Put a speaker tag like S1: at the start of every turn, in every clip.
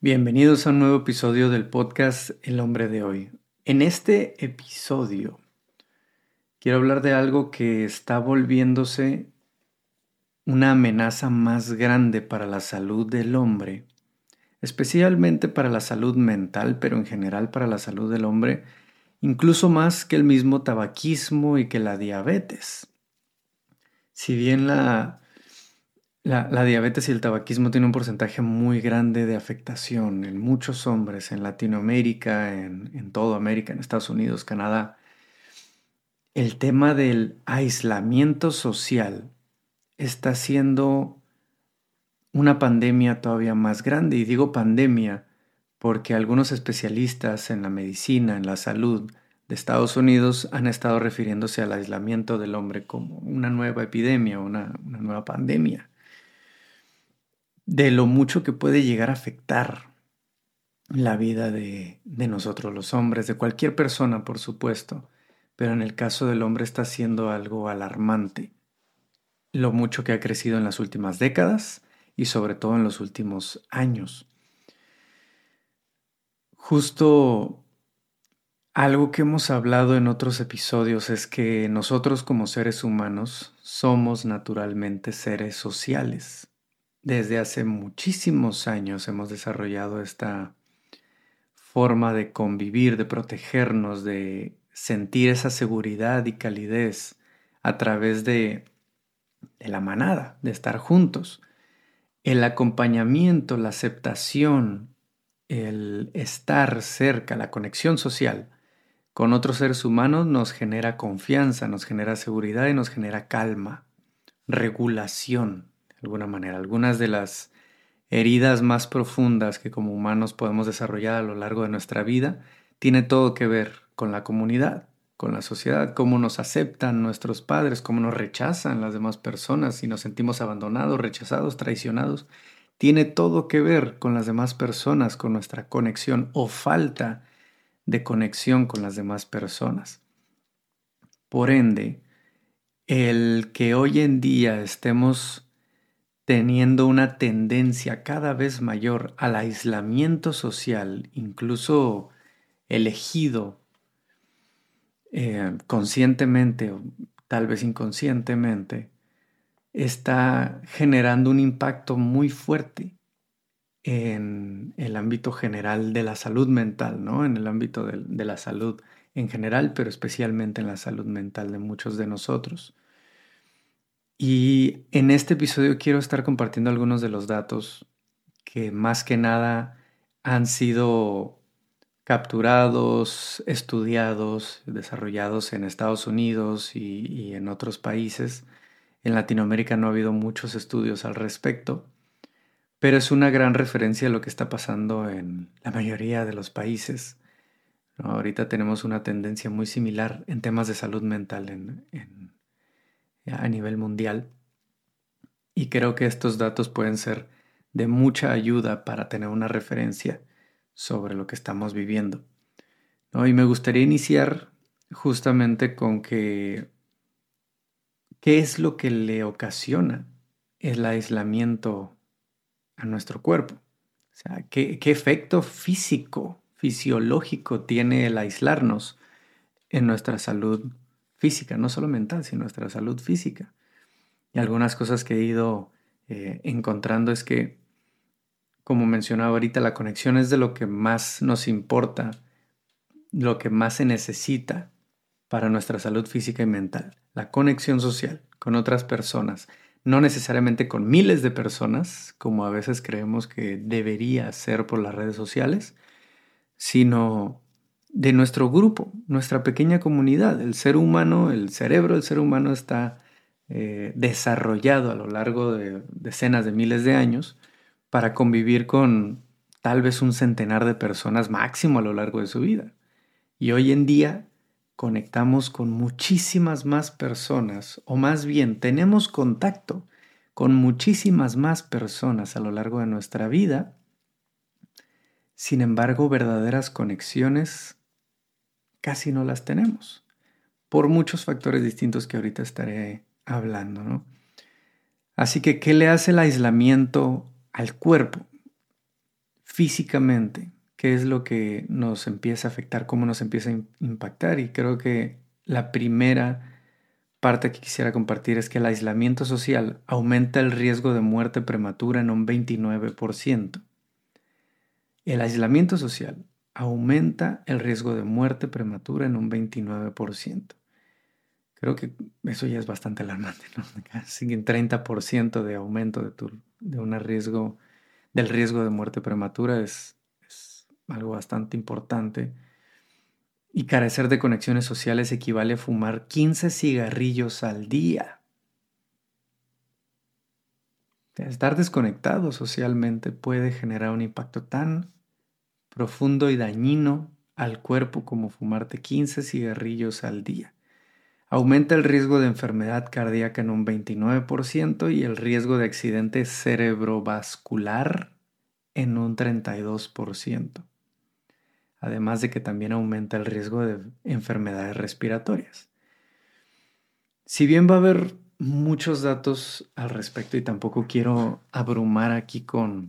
S1: Bienvenidos a un nuevo episodio del podcast El hombre de hoy. En este episodio quiero hablar de algo que está volviéndose una amenaza más grande para la salud del hombre, especialmente para la salud mental, pero en general para la salud del hombre, incluso más que el mismo tabaquismo y que la diabetes. Si bien la diabetes y el tabaquismo tienen un porcentaje muy grande de afectación en muchos hombres, en Latinoamérica, en toda América, en Estados Unidos, Canadá. El tema del aislamiento social está siendo una pandemia todavía más grande. Y digo pandemia porque algunos especialistas en la medicina, en la salud de Estados Unidos han estado refiriéndose al aislamiento del hombre como una nueva epidemia, una nueva pandemia, de lo mucho que puede llegar a afectar la vida de nosotros los hombres, de cualquier persona, por supuesto, pero en el caso del hombre está siendo algo alarmante, lo mucho que ha crecido en las últimas décadas y sobre todo en los últimos años. Justo algo que hemos hablado en otros episodios es que nosotros como seres humanos somos naturalmente seres sociales. Desde hace muchísimos años hemos desarrollado esta forma de convivir, de protegernos, de sentir esa seguridad y calidez a través de la manada, de estar juntos. El acompañamiento, la aceptación, el estar cerca, la conexión social con otros seres humanos nos genera confianza, nos genera seguridad y nos genera calma, regulación, de alguna manera. Algunas de las heridas más profundas que como humanos podemos desarrollar a lo largo de nuestra vida, tiene todo que ver con la comunidad, con la sociedad, cómo nos aceptan nuestros padres, cómo nos rechazan las demás personas, si nos sentimos abandonados, rechazados, traicionados. Tiene todo que ver con las demás personas, con nuestra conexión o falta de conexión con las demás personas. Por ende, el que hoy en día estemos teniendo una tendencia cada vez mayor al aislamiento social, incluso elegido conscientemente o tal vez inconscientemente, está generando un impacto muy fuerte en el ámbito general de la salud mental, ¿no? En el ámbito de la salud en general, pero especialmente en la salud mental de muchos de nosotros. Y en este episodio quiero estar compartiendo algunos de los datos que más que nada han sido capturados, estudiados, desarrollados en Estados Unidos y en otros países. En Latinoamérica no ha habido muchos estudios al respecto, pero es una gran referencia a lo que está pasando en la mayoría de los países, ¿no? Ahorita tenemos una tendencia muy similar en temas de salud mental a nivel mundial. Y creo que estos datos pueden ser de mucha ayuda para tener una referencia sobre lo que estamos viviendo, ¿no? Y me gustaría iniciar justamente con qué es lo que le ocasiona el aislamiento a nuestro cuerpo. O sea, qué efecto físico, fisiológico tiene el aislarnos en nuestra salud física, no solo mental, sino nuestra salud física. Y algunas cosas que he ido encontrando es que, como mencionaba ahorita, la conexión es de lo que más nos importa, lo que más se necesita para nuestra salud física y mental. La conexión social con otras personas, no necesariamente con miles de personas, como a veces creemos que debería ser por las redes sociales, sino de nuestro grupo, nuestra pequeña comunidad. El ser humano, el cerebro del ser humano está desarrollado a lo largo de decenas de miles de años para convivir con tal vez un centenar de personas máximo a lo largo de su vida. Y hoy en día conectamos con muchísimas más personas, o más bien tenemos contacto con muchísimas más personas a lo largo de nuestra vida. Sin embargo, verdaderas conexiones casi no las tenemos, por muchos factores distintos que ahorita estaré hablando, ¿no? Así que, ¿qué le hace el aislamiento al cuerpo? físicamente, ¿qué es lo que nos empieza a afectar? ¿Cómo nos empieza a impactar? Y creo que la primera parte que quisiera compartir es que el aislamiento social aumenta el riesgo de muerte prematura en un 29%. El aislamiento social aumenta el riesgo de muerte prematura en un 29%. Creo que eso ya es bastante alarmante, ¿no? Casi un 30% de aumento del riesgo de muerte prematura es algo bastante importante. Y carecer de conexiones sociales equivale a fumar 15 cigarrillos al día. Estar desconectado socialmente puede generar un impacto tan profundo y dañino al cuerpo como fumarte 15 cigarrillos al día. Aumenta el riesgo de enfermedad cardíaca en un 29% y el riesgo de accidente cerebrovascular en un 32%. Además de que también aumenta el riesgo de enfermedades respiratorias. Si bien va a haber muchos datos al respecto y tampoco quiero abrumar aquí con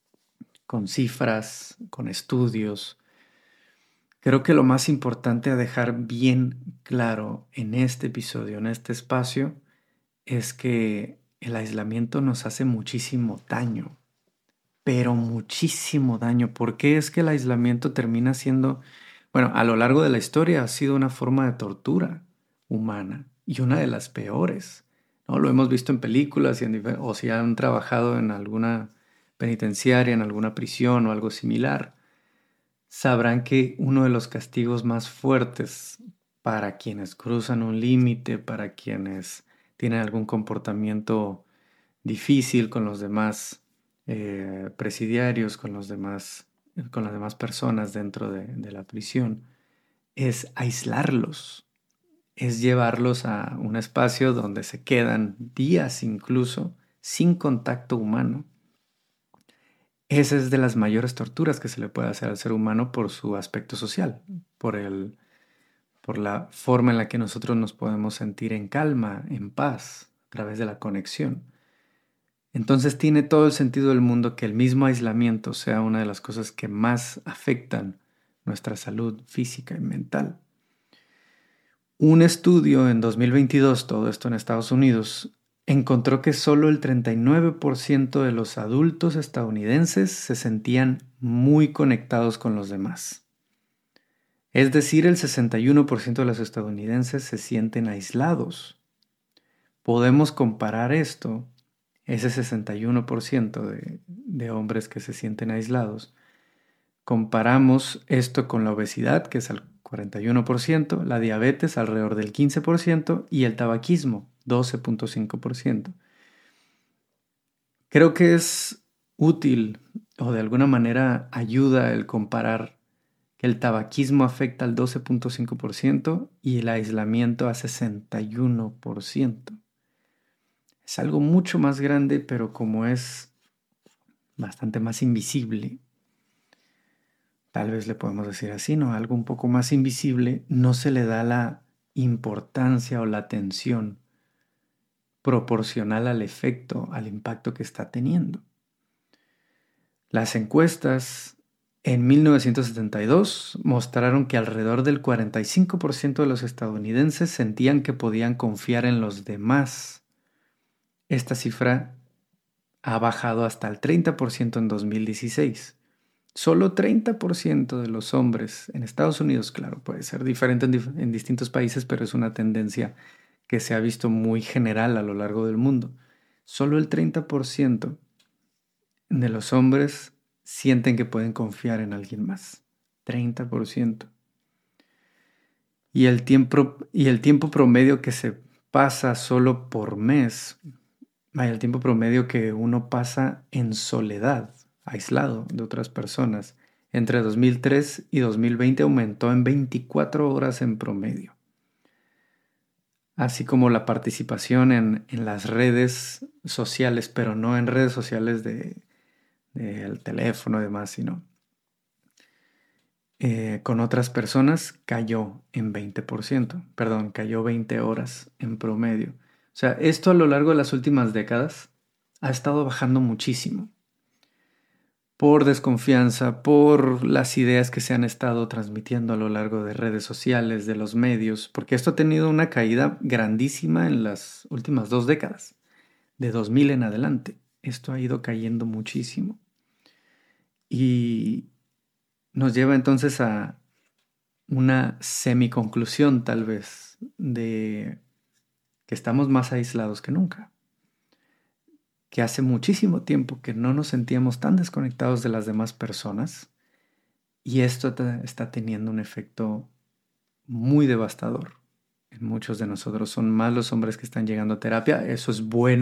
S1: cifras, con estudios, creo que lo más importante a dejar bien claro en este episodio, en este espacio, es que el aislamiento nos hace muchísimo daño, pero muchísimo daño. ¿Por qué es que el aislamiento termina siendo, bueno, a lo largo de la historia ha sido una forma de tortura humana y una de las peores, ¿no? Lo hemos visto en películas o si han trabajado en alguna penitenciaria, en alguna prisión o algo similar, sabrán que uno de los castigos más fuertes para quienes cruzan un límite, para quienes tienen algún comportamiento difícil con los demás presidiarios, con las demás personas dentro de la prisión, es aislarlos, es llevarlos a un espacio donde se quedan días incluso sin contacto humano. Esa es de las mayores torturas que se le puede hacer al ser humano por su aspecto social, por la forma en la que nosotros nos podemos sentir en calma, en paz, a través de la conexión. Entonces tiene todo el sentido del mundo que el mismo aislamiento sea una de las cosas que más afectan nuestra salud física y mental. Un estudio en 2022, todo esto en Estados Unidos, encontró que solo el 39% de los adultos estadounidenses se sentían muy conectados con los demás. Es decir, el 61% de los estadounidenses se sienten aislados. Podemos comparar esto, ese 61% de hombres que se sienten aislados. Comparamos esto con la obesidad, que es el 41%, la diabetes alrededor del 15% y el tabaquismo, 12.5%. Creo que es útil o de alguna manera ayuda el comparar que el tabaquismo afecta al 12.5% y el aislamiento a 61%. Es algo mucho más grande, pero como es bastante más invisible, tal vez le podemos decir así, ¿no? Algo un poco más invisible, no se le da la importancia o la atención proporcional al efecto, al impacto que está teniendo. Las encuestas en 1972 mostraron que alrededor del 45% de los estadounidenses sentían que podían confiar en los demás. Esta cifra ha bajado hasta el 30% en 2016. Solo 30% de los hombres en Estados Unidos, claro, puede ser diferente en distintos países, pero es una tendencia que se ha visto muy general a lo largo del mundo. Solo el 30% de los hombres sienten que pueden confiar en alguien más. 30%. Y el tiempo promedio que se pasa solo por mes, el tiempo promedio que uno pasa en soledad, aislado de otras personas, entre 2003 y 2020 aumentó en 24 horas en promedio. Así como la participación en las redes sociales, pero no en redes sociales del teléfono y demás, sino con otras personas cayó en 20%, perdón, cayó 20 horas en promedio. O sea, esto a lo largo de las últimas décadas ha estado bajando muchísimo. por desconfianza, por las ideas que se han estado transmitiendo a lo largo de redes sociales, de los medios, porque esto ha tenido una caída grandísima en las últimas 2 décadas, de 2000 en adelante. Esto ha ido cayendo muchísimo. Y nos lleva entonces a una semiconclusión tal vez de que estamos más aislados que nunca, que hace muchísimo tiempo que no nos sentíamos tan desconectados de las demás personas y esto está teniendo un efecto muy devastador en muchos de nosotros. Son más los hombres que están llegando a terapia, eso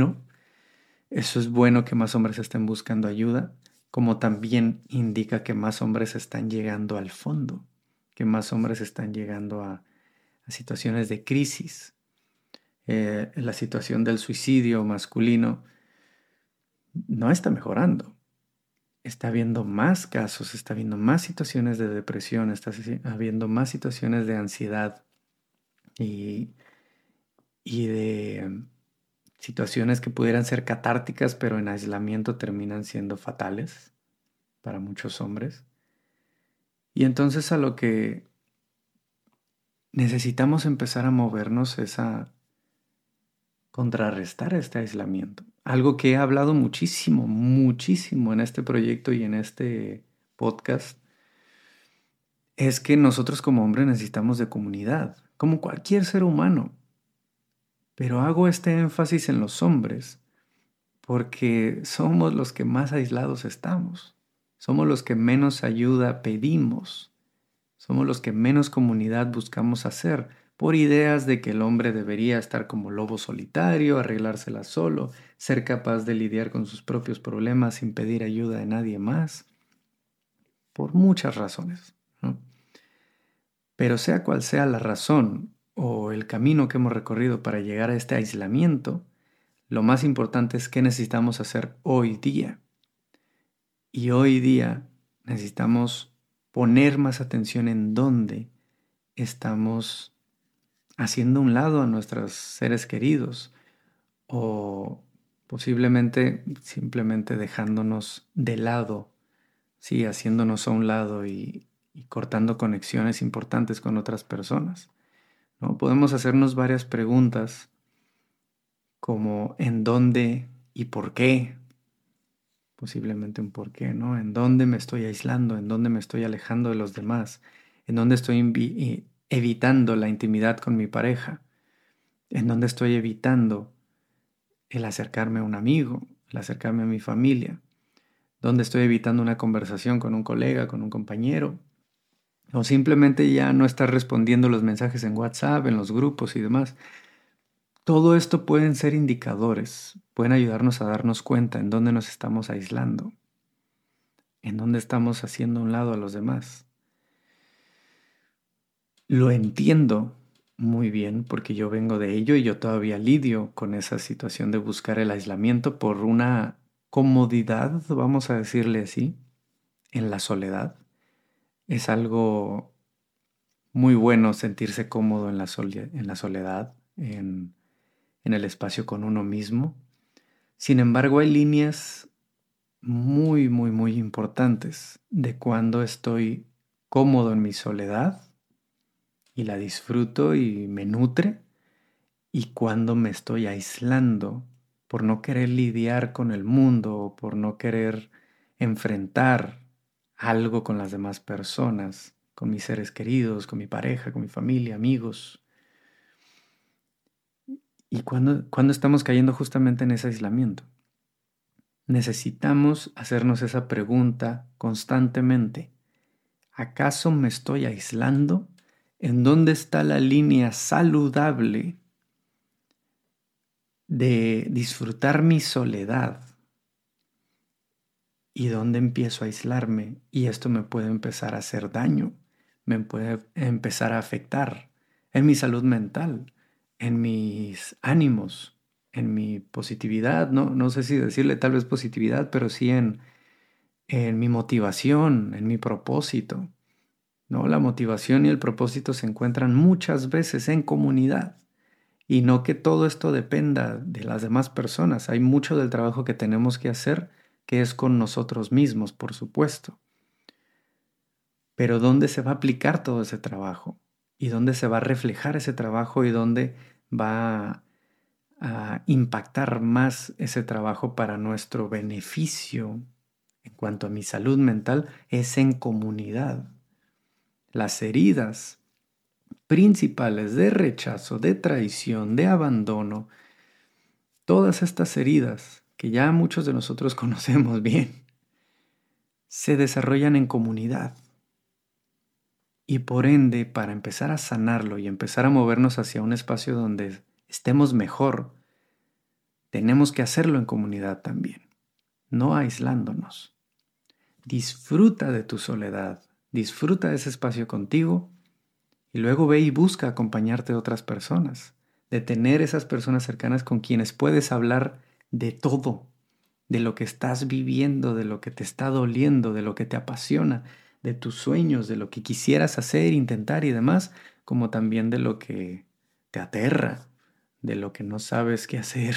S1: es bueno que más hombres estén buscando ayuda, como también indica que más hombres están llegando al fondo, que más hombres están llegando a situaciones de crisis. La situación del suicidio masculino no está mejorando. Está habiendo más casos, está habiendo más situaciones de depresión, está habiendo más situaciones de ansiedad y, de situaciones que pudieran ser catárticas, pero en aislamiento terminan siendo fatales para muchos hombres. Y entonces a lo que necesitamos empezar a movernos es a contrarrestar este aislamiento. Algo que he hablado muchísimo, muchísimo en este proyecto y en este podcast es que nosotros como hombres necesitamos de comunidad, como cualquier ser humano. Pero hago este énfasis en los hombres porque somos los que más aislados estamos. Somos los que menos ayuda pedimos. Somos los que menos comunidad buscamos hacer por ideas de que el hombre debería estar como lobo solitario, arreglársela solo, ser capaz de lidiar con sus propios problemas sin pedir ayuda de nadie más, por muchas razones, ¿no? Pero sea cual sea la razón o el camino que hemos recorrido para llegar a este aislamiento, lo más importante es qué necesitamos hacer hoy día. Y hoy día necesitamos poner más atención en dónde estamos haciendo a un lado a nuestros seres queridos o posiblemente simplemente dejándonos de lado, sí, haciéndonos a un lado y cortando conexiones importantes con otras personas, ¿no? Podemos hacernos varias preguntas como ¿en dónde y por qué? Posiblemente un por qué, ¿no? ¿En dónde me estoy aislando? ¿En dónde me estoy alejando de los demás? ¿En dónde estoy evitando la intimidad con mi pareja? ¿En dónde estoy evitando el acercarme a un amigo, el acercarme a mi familia? ¿Dónde estoy evitando una conversación con un colega, con un compañero? O simplemente ya no estar respondiendo los mensajes en WhatsApp, en los grupos y demás. Todo esto pueden ser indicadores, pueden ayudarnos a darnos cuenta en dónde nos estamos aislando, en dónde estamos haciendo a un lado a los demás. Lo entiendo muy bien porque yo vengo de ello y yo todavía lidio con esa situación de buscar el aislamiento por una comodidad, vamos a decirle así, en la soledad. Es algo muy bueno sentirse cómodo en la soledad, en el espacio con uno mismo. Sin embargo, hay líneas muy, muy, muy importantes de cuando estoy cómodo en mi soledad y la disfruto y me nutre, y cuando me estoy aislando por no querer lidiar con el mundo o por no querer enfrentar algo con las demás personas, con mis seres queridos, con mi pareja, con mi familia, amigos. Y cuando estamos cayendo justamente en ese aislamiento. Necesitamos hacernos esa pregunta constantemente. ¿Acaso me estoy aislando? ¿En dónde está la línea saludable de disfrutar mi soledad? ¿Y dónde empiezo a aislarme? Y esto me puede empezar a hacer daño, me puede empezar a afectar en mi salud mental, en mis ánimos, en mi positividad. No sé si decirle tal vez positividad, pero sí en mi motivación, en mi propósito, ¿no? La motivación y el propósito se encuentran muchas veces en comunidad y no que todo esto dependa de las demás personas. Hay mucho del trabajo que tenemos que hacer que es con nosotros mismos, por supuesto. Pero ¿dónde se va a aplicar todo ese trabajo? ¿Y dónde se va a reflejar ese trabajo? ¿Y dónde va a impactar más ese trabajo para nuestro beneficio en cuanto a mi salud mental? Es en comunidad. Las heridas principales de rechazo, de traición, de abandono, todas estas heridas que ya muchos de nosotros conocemos bien, se desarrollan en comunidad. Y por ende, para empezar a sanarlo y empezar a movernos hacia un espacio donde estemos mejor, tenemos que hacerlo en comunidad también, no aislándonos. Disfruta de tu soledad, disfruta de ese espacio contigo y luego ve y busca acompañarte de otras personas, de tener esas personas cercanas con quienes puedes hablar de todo, de lo que estás viviendo, de lo que te está doliendo, de lo que te apasiona, de tus sueños, de lo que quisieras hacer, intentar y demás, como también de lo que te aterra, de lo que no sabes qué hacer.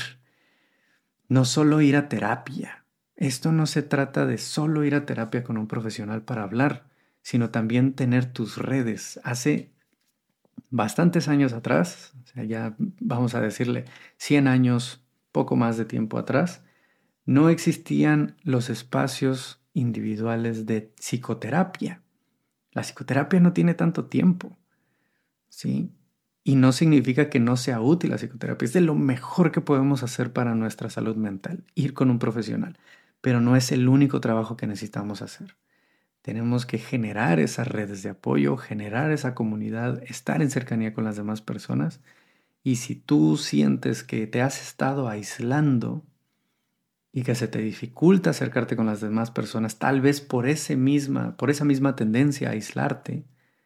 S1: No solo ir a terapia. Esto no se trata de solo ir a terapia con un profesional para hablar, sino también tener tus redes. Hace bastantes años atrás, o sea, ya vamos a decirle 100 años, poco más de tiempo atrás, no existían los espacios individuales de psicoterapia. La psicoterapia no tiene tanto tiempo, ¿sí? Y no significa que no sea útil la psicoterapia. Es de lo mejor que podemos hacer para nuestra salud mental, ir con un profesional. Pero no es el único trabajo que necesitamos hacer. Tenemos que generar esas redes de apoyo, generar esa comunidad, estar en cercanía con las demás personas. Y si tú sientes que te has estado aislando y que se te dificulta acercarte con las demás personas, tal vez por esa misma tendencia a aislarte,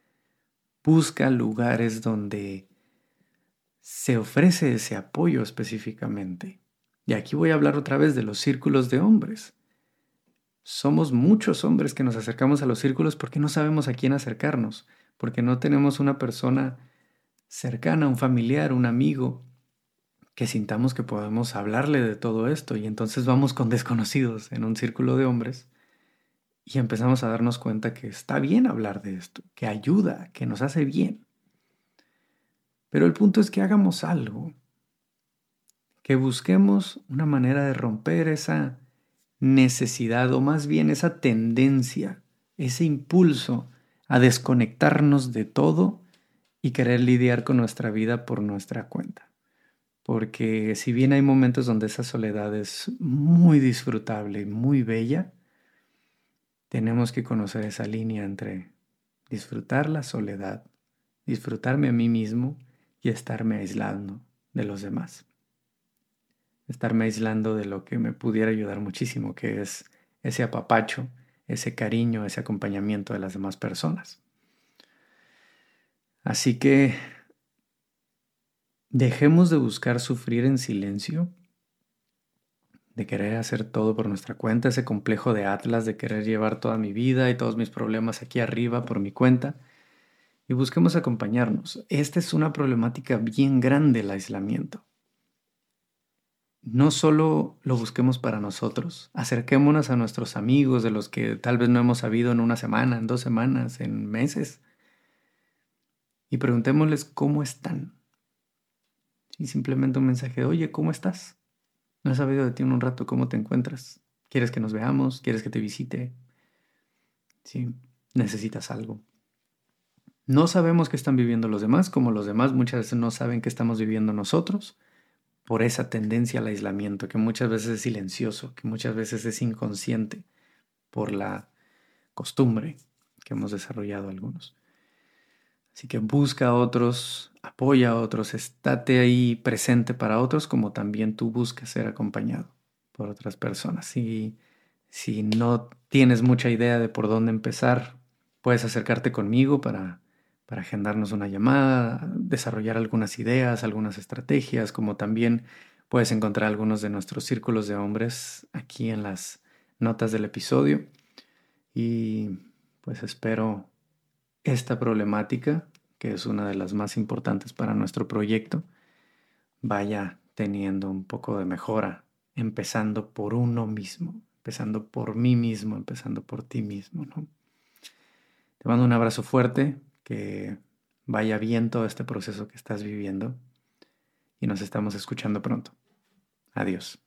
S1: busca lugares donde se ofrece ese apoyo específicamente. Y aquí voy a hablar otra vez de los círculos de hombres. Somos muchos hombres que nos acercamos a los círculos porque no sabemos a quién acercarnos, porque no tenemos una persona cercana, un familiar, un amigo, que sintamos que podemos hablarle de todo esto. Y entonces vamos con desconocidos en un círculo de hombres y empezamos a darnos cuenta que está bien hablar de esto, que ayuda, que nos hace bien. Pero el punto es que hagamos algo, que busquemos una manera de romper esa necesidad o más bien esa tendencia, ese impulso a desconectarnos de todo y querer lidiar con nuestra vida por nuestra cuenta. Porque si bien hay momentos donde esa soledad es muy disfrutable y muy bella, tenemos que conocer esa línea entre disfrutar la soledad, disfrutarme a mí mismo y estarme aislando de los demás. Estarme aislando de lo que me pudiera ayudar muchísimo, que es ese apapacho, ese cariño, ese acompañamiento de las demás personas. Así que dejemos de buscar sufrir en silencio, de querer hacer todo por nuestra cuenta, ese complejo de Atlas de querer llevar toda mi vida y todos mis problemas aquí arriba por mi cuenta, y busquemos acompañarnos. Esta es una problemática bien grande, el aislamiento. No solo lo busquemos para nosotros, acerquémonos a nuestros amigos de los que tal vez no hemos sabido en una semana, en 2 semanas, en meses, y preguntémosles cómo están. Y simplemente un mensaje, oye, ¿cómo estás? No he sabido de ti en un rato, ¿cómo te encuentras? ¿Quieres que nos veamos? ¿Quieres que te visite? ¿Sí? ¿Necesitas algo? No sabemos qué están viviendo los demás, como los demás muchas veces no saben qué estamos viviendo nosotros, por esa tendencia al aislamiento, que muchas veces es silencioso, que muchas veces es inconsciente, por la costumbre que hemos desarrollado algunos. Así que busca a otros, apoya a otros, estate ahí presente para otros, como también tú buscas ser acompañado por otras personas. Si no tienes mucha idea de por dónde empezar, puedes acercarte conmigo para agendarnos una llamada, desarrollar algunas ideas, algunas estrategias, como también puedes encontrar algunos de nuestros círculos de hombres aquí en las notas del episodio. Y pues espero esta problemática, que es una de las más importantes para nuestro proyecto, vaya teniendo un poco de mejora, empezando por uno mismo, empezando por mí mismo, empezando por ti mismo, ¿no? Te mando un abrazo fuerte, que vaya bien todo este proceso que estás viviendo y nos estamos escuchando pronto. Adiós.